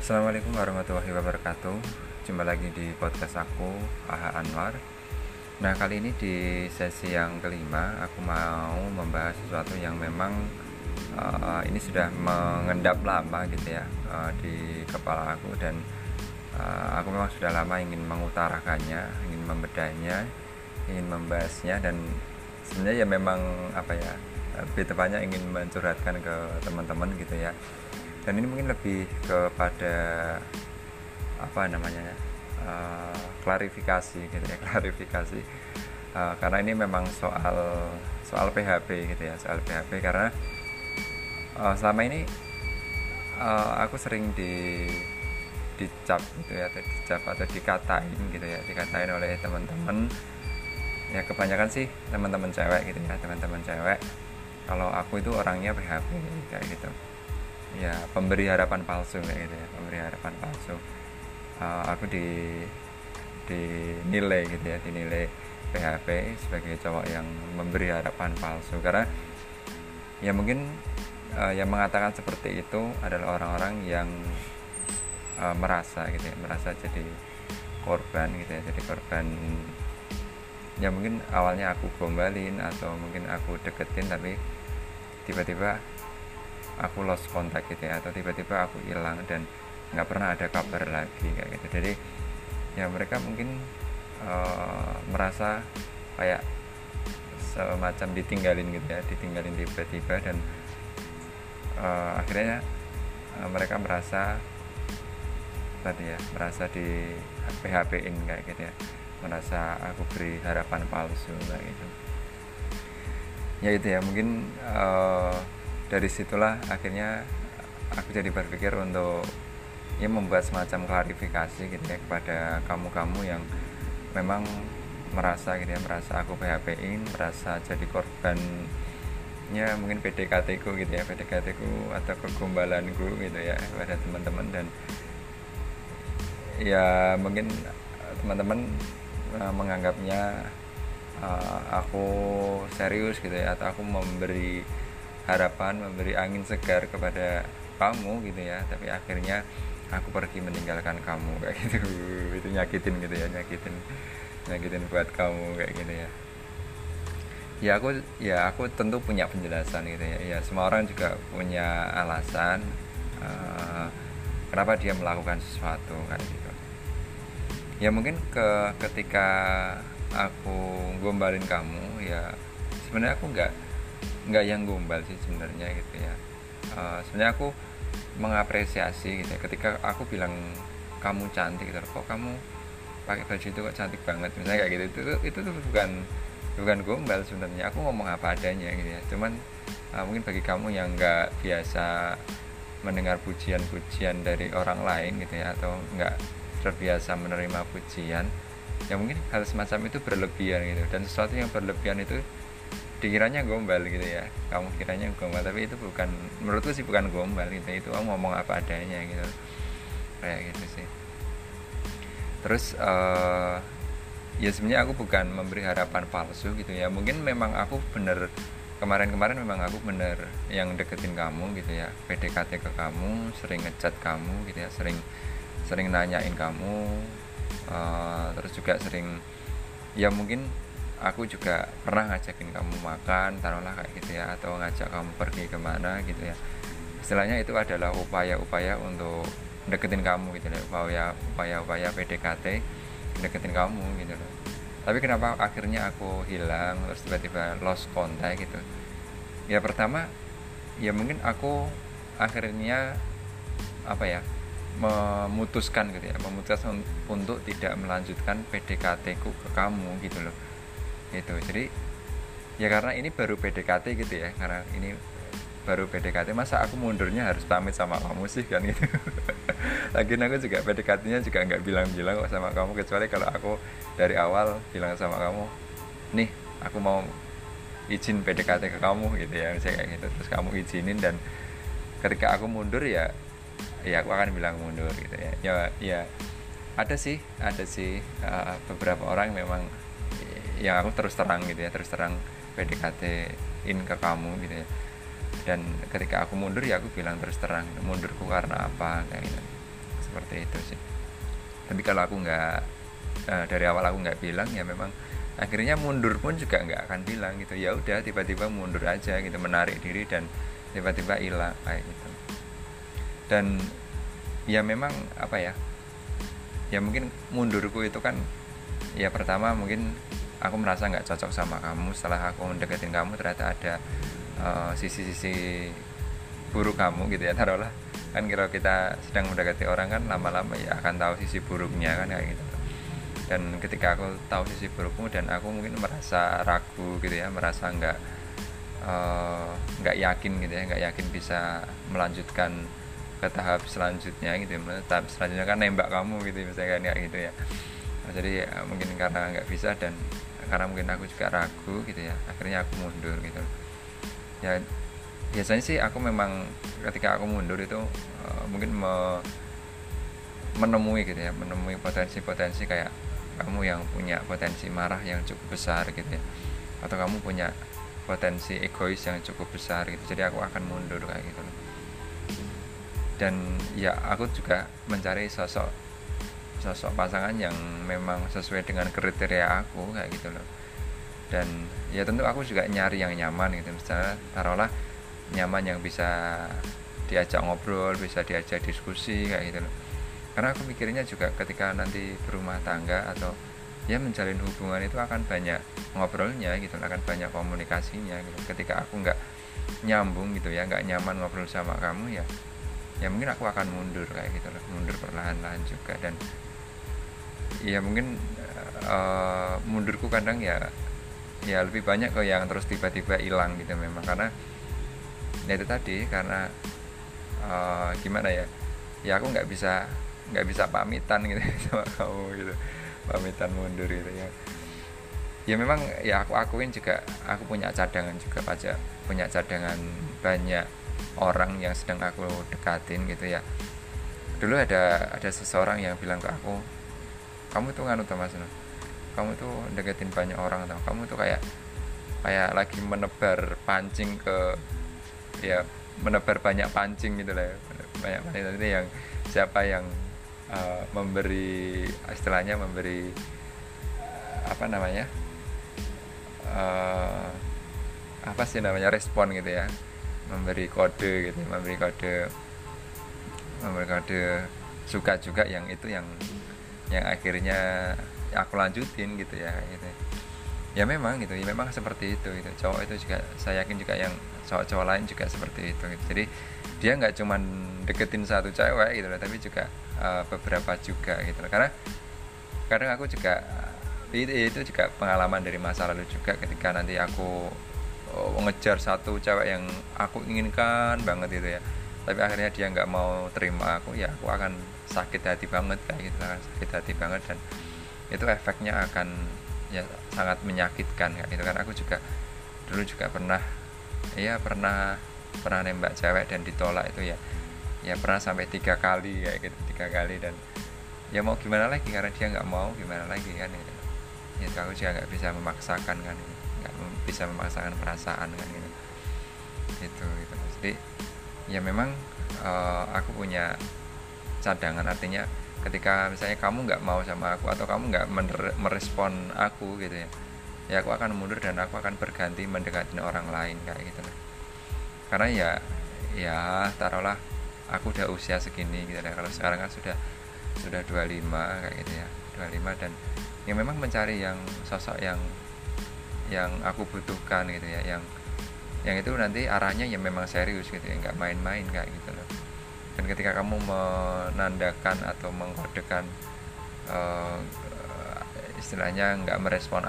Assalamualaikum warahmatullahi wabarakatuh. Jumpa lagi di podcast aku, Aha Anwar. Nah, kali ini di sesi yang kelima aku mau membahas sesuatu yang memang ini sudah mengendap lama gitu ya, di kepala aku. Dan aku memang sudah lama ingin mengutarakannya, ingin membedahnya, ingin membahasnya. Dan sebenarnya ya memang apa ya, lebih tepatnya ingin mencurhatkan ke teman-teman gitu ya. Dan ini mungkin lebih kepada apa namanya ya, klarifikasi gitu ya, klarifikasi. Karena ini memang soal PHP gitu ya, soal PHP. Karena selama ini aku sering dicap gitu ya, atau dicap atau dikatain gitu ya, dikatain oleh teman-teman ya, kebanyakan sih teman-teman cewek gitu ya, teman-teman cewek, kalau aku itu orangnya PHP kayak gitu ya, pemberi harapan palsu kayak gitu ya, pemberi harapan palsu. Aku dinilai gitu ya, dinilai PHP sebagai cowok yang memberi harapan palsu. Karena ya mungkin yang mengatakan seperti itu adalah orang-orang yang merasa gitu ya, merasa jadi korban gitu ya, jadi korban. Ya mungkin awalnya aku gombalin atau mungkin aku deketin, tapi tiba-tiba aku lost kontak gitu ya, atau tiba-tiba aku hilang dan nggak pernah ada kabar lagi kayak gitu. Jadi ya mereka mungkin merasa kayak semacam ditinggalin gitu ya, ditinggalin tiba-tiba. Dan akhirnya mereka merasa tadi ya, merasa di PHP-in kayak gitu ya, merasa aku beri harapan palsu kayak gitu. Ya itu ya, mungkin dari situlah akhirnya aku jadi berpikir untuk ya membuat semacam klarifikasi gitu ya, kepada kamu-kamu yang memang merasa gitu ya, merasa aku PHP-in, merasa jadi korbannya mungkin PDKT ku gitu ya, PDKT ku atau kegombalanku gitu ya, pada teman-teman. Dan ya mungkin teman-teman menganggapnya aku serius gitu ya, atau aku memberi harapan, memberi angin segar kepada kamu gitu ya, tapi akhirnya aku pergi meninggalkan kamu kayak gitu. Itu nyakitin gitu ya, nyakitin buat kamu kayak gitu ya. Ya aku tentu punya penjelasan gitu ya, ya semua orang juga punya alasan kenapa dia melakukan sesuatu kayak gitu. Ya mungkin ketika aku gombalin kamu, ya sebenarnya aku nggak yang gombal sih sebenarnya gitu ya. Sebenarnya aku mengapresiasi gitu ya, ketika aku bilang kamu cantik gitu, kok kamu pakai baju itu kok cantik banget misalnya kayak gitu. Itu tuh bukan gombal sebenarnya, aku ngomong apa adanya gitu ya. Cuman mungkin bagi kamu yang nggak biasa mendengar pujian-pujian dari orang lain gitu ya, atau nggak terbiasa menerima pujian, ya mungkin hal semacam itu berlebihan gitu. Dan sesuatu yang berlebihan itu dikiranya gombal gitu ya, kamu kiranya gombal, tapi itu bukan, menurutku sih bukan gombal gitu, itu kamu ngomong apa adanya gitu, kayak gitu sih. Terus ya sebenarnya aku bukan memberi harapan palsu gitu ya, mungkin memang aku bener, kemarin-kemarin memang aku bener yang deketin kamu gitu ya, PDKT ke kamu, sering ngechat kamu gitu ya, sering sering nanyain kamu, terus juga sering, ya mungkin aku juga pernah ngajakin kamu makan, taruhlah kayak gitu ya, atau ngajak kamu pergi kemana gitu ya. Istilahnya itu adalah upaya-upaya untuk deketin kamu gitu loh, upaya-upaya PDKT deketin kamu gitu loh. Tapi kenapa akhirnya aku hilang, terus tiba-tiba lost contact gitu? Ya pertama, ya mungkin aku akhirnya apa ya, memutuskan gitu ya, memutuskan untuk tidak melanjutkan PDKT ku ke kamu gitu loh. Itu jadi ya karena ini baru PDKT gitu ya, karena ini baru PDKT, masa aku mundurnya harus pamit sama kamu sih kan gitu. Lagian aku juga PDKT-nya juga nggak bilang-bilang kok sama kamu, kecuali kalau aku dari awal bilang sama kamu, nih aku mau izin PDKT ke kamu gitu ya, misalnya kayak gitu, terus kamu izinin. Dan ketika aku mundur ya, ya aku akan bilang mundur gitu ya. Ya ada sih beberapa orang memang yang aku terus terang gitu ya, terus terang PDKT in ke kamu gitu ya. Dan ketika aku mundur ya aku bilang terus terang, mundurku karena apa kayak gitu. seperti itu sih. Tapi kalau aku nggak dari awal aku nggak bilang, ya memang akhirnya mundur pun juga nggak akan bilang gitu. Ya udah, tiba-tiba mundur aja gitu, menarik diri dan tiba-tiba hilang kayak gitu. Dan ya memang apa ya, ya mungkin mundurku itu kan ya pertama mungkin aku merasa nggak cocok sama kamu. Setelah aku mendeketin kamu ternyata ada sisi-sisi buruk kamu gitu ya, taruhlah. Kan kalau kita sedang mendekati orang kan lama-lama ya akan tahu sisi buruknya kan kayak gitu. Dan ketika aku tahu sisi burukmu dan aku mungkin merasa ragu gitu ya, merasa nggak yakin gitu ya, nggak yakin bisa melanjutkan ke tahap selanjutnya gitu ya. Tahap selanjutnya kan nembak kamu gitu misalnya kayak gitu ya. Nah, jadi mungkin karena nggak bisa dan karena mungkin aku juga ragu gitu ya, akhirnya aku mundur gitu ya. Biasanya sih aku memang ketika aku mundur itu mungkin menemui gitu ya, menemui potensi-potensi kayak kamu yang punya potensi marah yang cukup besar gitu ya, atau kamu punya potensi egois yang cukup besar gitu, jadi aku akan mundur kayak gitu. Dan ya aku juga mencari sosok pasangan yang memang sesuai dengan kriteria aku kayak gitu loh. Dan ya tentu aku juga nyari yang nyaman gitu, misalnya taruhlah nyaman yang bisa diajak ngobrol, bisa diajak diskusi kayak gitu loh. Karena aku mikirnya juga ketika nanti berumah tangga atau ya menjalin hubungan itu akan banyak ngobrolnya gitu, akan banyak komunikasinya gitu. Ketika aku nggak nyambung gitu ya, nggak nyaman ngobrol sama kamu ya mungkin aku akan mundur kayak gitu loh, mundur perlahan-lahan juga. Dan ya mungkin mundurku kadang ya lebih banyak kok yang terus tiba-tiba hilang gitu memang, karena ya itu tadi, karena gimana ya aku nggak bisa pamitan gitu sama kamu gitu, pamitan mundur gitu ya. Ya memang ya aku akuin juga, aku punya cadangan juga, punya cadangan banyak orang yang sedang aku dekatin gitu ya. Dulu ada seseorang yang bilang ke aku, kamu tuh nganu tuh Mas, kamu tuh deketin banyak orang atau kamu tuh kayak lagi menebar pancing ke, ya menebar banyak pancing gitu lah ya. Banyak pancing itu yang siapa yang memberi, istilahnya memberi apa namanya, apa sih namanya, respon gitu ya, memberi kode gitu, memberi kode suka juga, yang itu yang akhirnya aku lanjutin gitu ya gitu. Ya memang gitu, ya memang seperti itu gitu. Cowok itu juga saya yakin juga yang cowok-cowok lain juga seperti itu gitu. Jadi dia nggak cuman deketin satu cewek gitu loh, tapi juga beberapa juga gitu loh. Karena kadang aku juga itu juga pengalaman dari masa lalu juga, ketika nanti aku ngejar satu cewek yang aku inginkan banget itu ya, tapi akhirnya dia nggak mau terima aku, ya aku akan sakit hati banget kayak gitu, sakit hati banget. Dan itu efeknya akan ya sangat menyakitkan kayak gitu kan. Aku juga dulu juga pernah nembak cewek dan ditolak itu ya pernah sampai 3 kali kayak gitu, 3 kali. Dan ya mau gimana lagi, karena dia nggak mau, gimana lagi kan gitu. Ya aku juga nggak bisa memaksakan kan, nggak bisa memaksakan perasaan kan gitu. Gitu. Jadi ya memang aku punya cadangan, artinya ketika misalnya kamu nggak mau sama aku atau kamu nggak merespon aku gitu ya aku akan mundur dan aku akan berganti mendekati orang lain kayak gitu. Karena ya taruhlah aku udah usia segini gitu ya, kalau sekarang kan sudah 25 kayak gitu ya, 25, dan ya memang mencari yang sosok yang aku butuhkan gitu ya, yang itu nanti arahnya ya memang serius gitu ya, nggak main-main kayak gitu loh. Dan ketika kamu menandakan atau mengkodekan istilahnya nggak merespon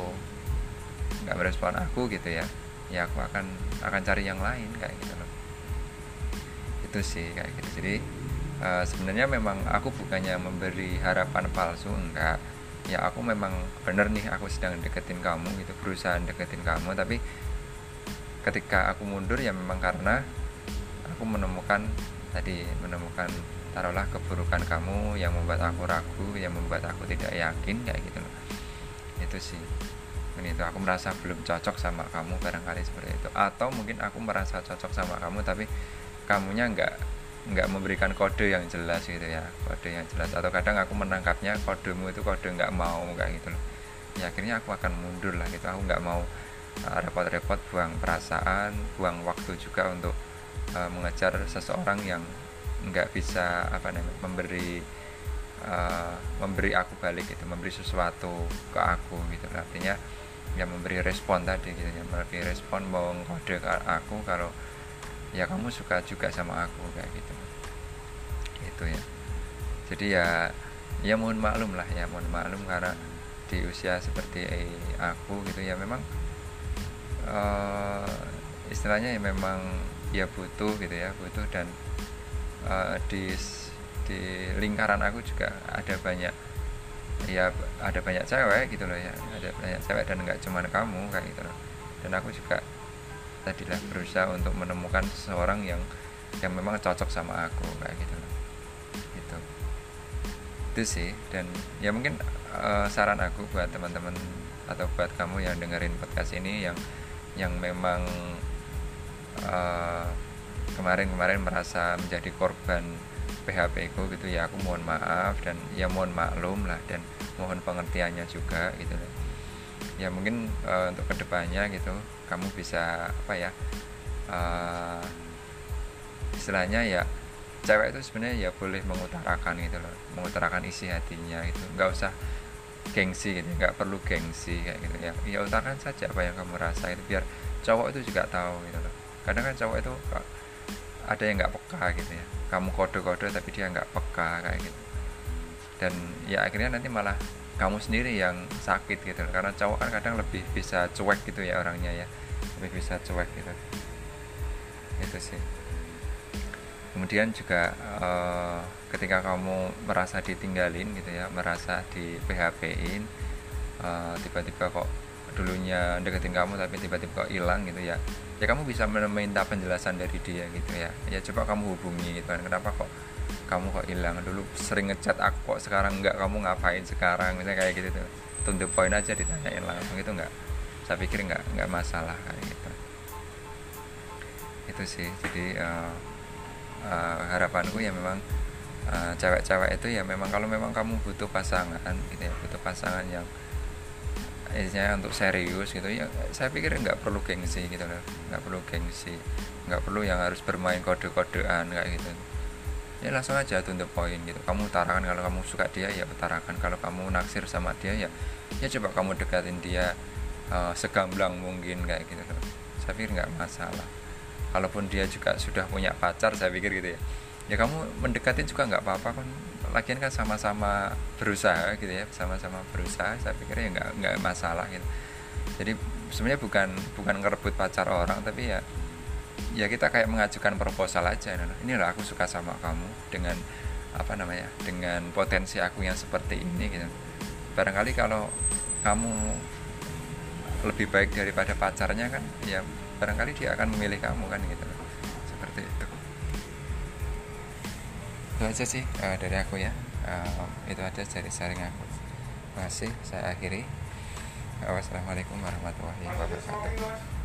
aku gitu ya aku akan cari yang lain kayak gitu loh. Itu sih kayak gitu. Jadi sebenarnya memang aku bukannya memberi harapan palsu, enggak. Ya aku memang bener nih, aku sedang deketin kamu gitu, berusaha deketin kamu, tapi ketika aku mundur ya memang karena aku menemukan taruhlah keburukan kamu yang membuat aku ragu, yang membuat aku tidak yakin kayak gitu loh. Itu sih. Itu aku merasa belum cocok sama kamu barangkali seperti itu, atau mungkin aku merasa cocok sama kamu tapi kamunya nggak memberikan kode yang jelas gitu ya, kode yang jelas, atau kadang aku menangkapnya kodemu itu kode nggak mau kayak gitu loh. Ya akhirnya aku akan mundur lah gitu. Aku nggak mau repot-repot buang perasaan, buang waktu juga untuk mengejar seseorang yang nggak bisa memberi aku balik gitu, memberi sesuatu ke aku gitu. Artinya ya memberi respon tadi gitu ya, memberi respon, mau kode ke aku kalau ya kamu suka juga sama aku kayak gitu. Itu ya. Jadi ya mohon maklum lah ya, mohon maklum karena di usia seperti aku gitu ya, memang istilahnya ya memang ya butuh gitu ya, butuh. Dan di lingkaran aku juga ada banyak cewek gitu loh ya, ada banyak cewek dan nggak cuma kamu kayak gitu loh. Dan aku juga tadilah berusaha untuk menemukan seseorang yang memang cocok sama aku kayak gitu loh. Itu sih. Dan ya mungkin saran aku buat teman-teman atau buat kamu yang dengerin podcast ini yang memang kemarin merasa menjadi korban PHP ku gitu ya, aku mohon maaf dan ya mohon maklum lah, dan mohon pengertiannya juga gitu loh. Ya mungkin untuk kedepannya gitu kamu bisa istilahnya ya, cewek itu sebenarnya ya boleh mengutarakan gitu loh, mengutarakan isi hatinya itu, nggak usah gengsi gitu, nggak perlu gengsi kayak gitu ya. Ya utarakan saja apa yang kamu rasa itu, biar cowok itu juga tahu gitu loh. Kadang kan cowok itu ada yang nggak peka gitu ya, kamu kode-kode tapi dia nggak peka kayak gitu. Dan ya akhirnya nanti malah kamu sendiri yang sakit gitu loh. Karena cowok kan kadang lebih bisa cuek gitu ya orangnya ya, lebih bisa cuek gitu. Itu sih. Kemudian juga ketika kamu merasa ditinggalin gitu ya, merasa di PHP-in, tiba-tiba kok dulunya deketin kamu tapi tiba-tiba kok hilang gitu ya, ya kamu bisa meminta penjelasan dari dia gitu ya. Ya coba kamu hubungi gitu kan, kenapa kok kamu kok hilang, dulu sering ngechat aku kok sekarang enggak, kamu ngapain sekarang, misalnya kayak gitu tuh. To the point aja, ditanyain langsung, itu enggak, saya pikir enggak masalah kayak gitu. Itu sih. Jadi harapanku ya memang cewek-cewek itu ya memang kalau memang kamu butuh pasangan gitu ya, butuh pasangan yang intinya untuk serius gitu ya, saya pikir nggak perlu gengsi gitu loh, nggak perlu gengsi, nggak perlu yang harus bermain kode-kodean kayak gitu. Ya langsung aja to the point gitu. Kamu utarakan kalau kamu suka dia, ya utarakan. Kalau kamu naksir sama dia, ya coba kamu dekatin dia segamblang mungkin kayak gitu loh. Saya pikir nggak masalah. Kalaupun dia juga sudah punya pacar, saya pikir gitu ya, ya kamu mendekatin juga nggak apa-apa kan. Lagian kan sama-sama berusaha gitu ya, sama-sama berusaha, saya pikir ya nggak masalah gitu. Jadi sebenarnya bukan ngerebut pacar orang, tapi ya kita kayak mengajukan proposal aja. Inilah aku suka sama kamu dengan dengan potensi aku yang seperti ini gitu. Barangkali kalau kamu lebih baik daripada pacarnya kan, ya barangkali dia akan memilih kamu kan gitu. Seperti itu. Itu aja sih dari aku ya. Itu aja dari sharing aku. Terima kasih, saya akhiri. Wassalamualaikum warahmatullahi wabarakatuh.